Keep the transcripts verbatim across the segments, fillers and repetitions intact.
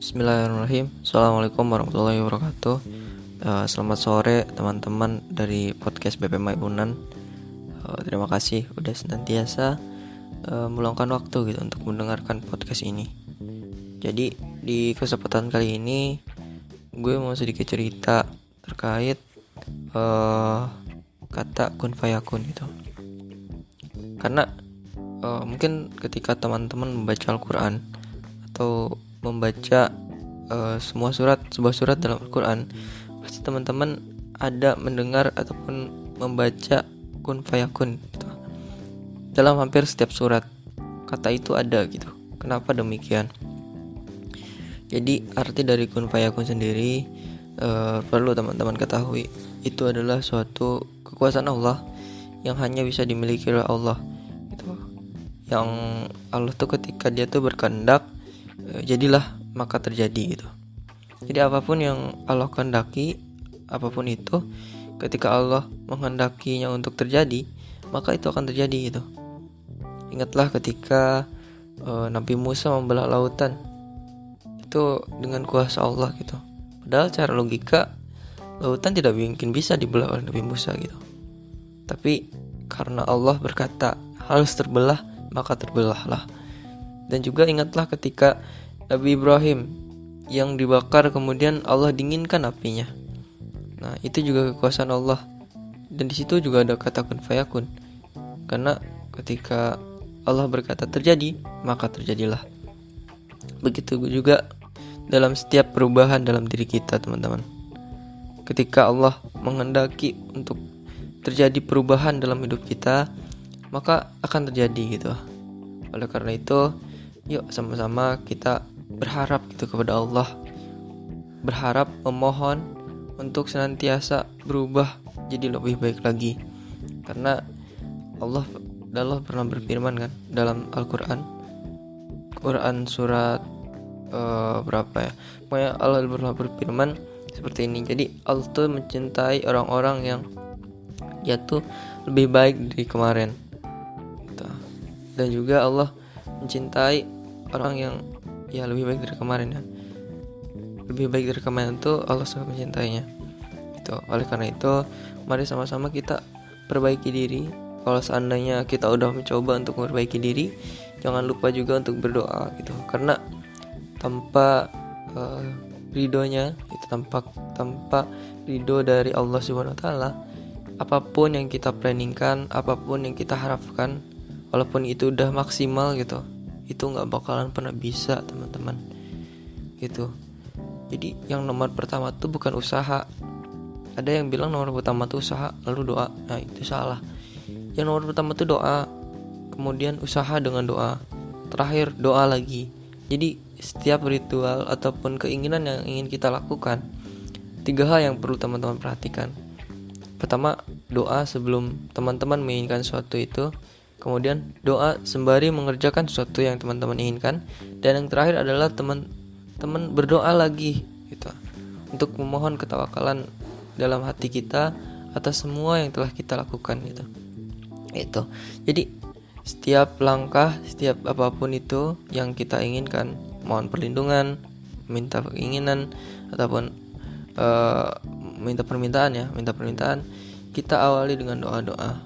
Bismillahirrahmanirrahim. Assalamualaikum warahmatullahi wabarakatuh. Uh, selamat sore teman-teman dari podcast B P Maiunan. Uh, terima kasih udah senantiasa uh, meluangkan waktu gitu untuk mendengarkan podcast ini. Jadi di kesempatan kali ini gue mau sedikit cerita terkait uh, kata kun fayakun gitu. Karena uh, mungkin ketika teman-teman membaca Al-Quran atau membaca uh, semua surat sebuah surat dalam Al-Quran, pasti teman-teman ada mendengar ataupun membaca kun fayakun gitu. Dalam hampir setiap surat kata itu ada gitu. Kenapa demikian? Jadi arti dari kun fayakun sendiri uh, perlu teman-teman ketahui, itu adalah suatu kekuasaan Allah yang hanya bisa dimiliki oleh Allah gitu. Yang Allah tuh ketika dia tuh berkehendak, jadilah maka terjadi gitu. Jadi apapun yang Allah kehendaki, apapun itu, ketika Allah menghendakinya untuk terjadi, maka itu akan terjadi gitu. Ingatlah ketika uh, Nabi Musa membelah lautan, itu dengan kuasa Allah gitu. Padahal secara logika lautan tidak mungkin bisa dibelah oleh Nabi Musa gitu. Tapi karena Allah berkata harus terbelah, maka terbelahlah. Dan juga ingatlah ketika Nabi Ibrahim yang dibakar kemudian Allah dinginkan apinya. Nah, itu juga kekuasaan Allah. Dan di situ juga ada kata kun fayakun. Karena ketika Allah berkata terjadi, maka terjadilah. Begitu juga dalam setiap perubahan dalam diri kita, teman-teman. Ketika Allah menghendaki untuk terjadi perubahan dalam hidup kita, maka akan terjadi gitu. Oleh karena itu, yuk sama-sama kita berharap gitu kepada Allah. Berharap, memohon untuk senantiasa berubah jadi lebih baik lagi. Karena Allah Allah pernah berfirman kan dalam Al-Quran Quran surat uh, berapa ya? Pokoknya Allah pernah berfirman seperti ini. Jadi Allah tuh mencintai orang-orang yang dia tuh lebih baik dari kemarin gitu. Dan juga Allah mencintai orang yang ya lebih baik dari kemarin ya. Lebih baik dari kemarin itu Allah sangat mencintainya gitu. Oleh karena itu, mari sama-sama kita perbaiki diri. Kalau seandainya kita udah mencoba untuk memperbaiki diri, jangan lupa juga untuk berdoa gitu. Karena tanpa uh, ridhonya itu tanpa tanpa ridho dari Allah Subhanahu wa taala, apapun yang kita planningkan, apapun yang kita harapkan, walaupun itu udah maksimal gitu, itu nggak bakalan pernah bisa, teman-teman gitu. Jadi yang nomor pertama tuh bukan usaha. Ada yang bilang nomor pertama tuh usaha lalu doa. Nah, itu salah. Yang nomor pertama tuh doa, kemudian usaha dengan doa, terakhir doa lagi. Jadi setiap ritual ataupun keinginan yang ingin kita lakukan, tiga hal yang perlu teman-teman perhatikan. Pertama, doa sebelum teman-teman menginginkan sesuatu itu. Kemudian doa sembari mengerjakan sesuatu yang teman-teman inginkan. Dan yang terakhir adalah teman-teman berdoa lagi gitu, untuk memohon ketawakalan dalam hati kita atas semua yang telah kita lakukan gitu. Itu. Jadi setiap langkah, setiap apapun itu yang kita inginkan, mohon perlindungan, minta keinginan ataupun uh, minta permintaan ya, minta permintaan, kita awali dengan doa-doa.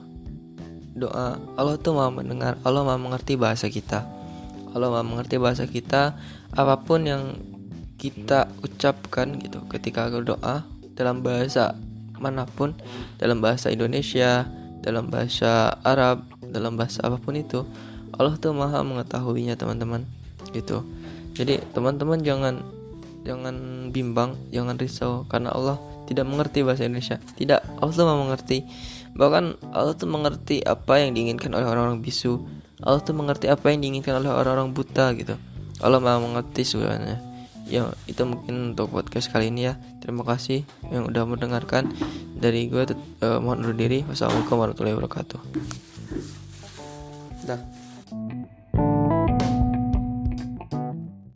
Doa. Allah tuh maha mendengar, Allah maha mengerti bahasa kita. Allah maha mengerti bahasa kita. Apapun yang kita ucapkan gitu ketika berdoa, dalam bahasa manapun, dalam bahasa Indonesia, dalam bahasa Arab, dalam bahasa apapun itu, Allah tuh maha mengetahuinya, teman-teman gitu. Jadi teman-teman jangan jangan bimbang, jangan risau karena Allah tidak mengerti bahasa Indonesia. Tidak, Allah tuh maha mengerti. Bahkan Allah tuh mengerti apa yang diinginkan oleh orang-orang bisu. Allah tuh mengerti apa yang diinginkan oleh orang-orang buta gitu. Allah maha mengerti sebenarnya. Ya, itu mungkin untuk podcast kali ini ya. Terima kasih yang udah mendengarkan. Dari gue uh, mohon undur diri. Wassalamualaikum warahmatullahi wabarakatuh. Dah.